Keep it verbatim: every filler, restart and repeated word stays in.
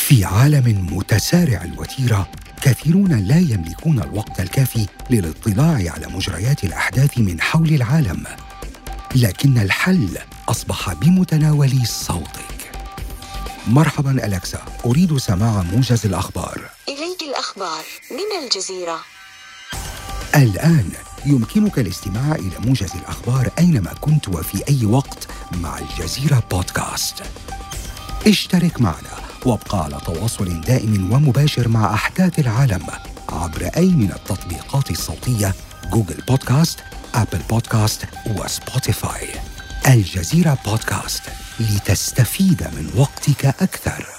في عالم متسارع الوتيرة، كثيرون لا يملكون الوقت الكافي للاطلاع على مجريات الأحداث من حول العالم، لكن الحل أصبح بمتناول صوتك. مرحباً أليكسا، أريد سماع موجز الأخبار. إليك الأخبار من الجزيرة. الآن يمكنك الاستماع إلى موجز الأخبار أينما كنت وفي أي وقت مع الجزيرة بودكاست. اشترك معنا وابقى على تواصل دائم ومباشر مع أحداث العالم عبر أي من التطبيقات الصوتية: جوجل بودكاست، أبل بودكاست وسبوتيفاي. الجزيرة بودكاست، لتستفيد من وقتك أكثر.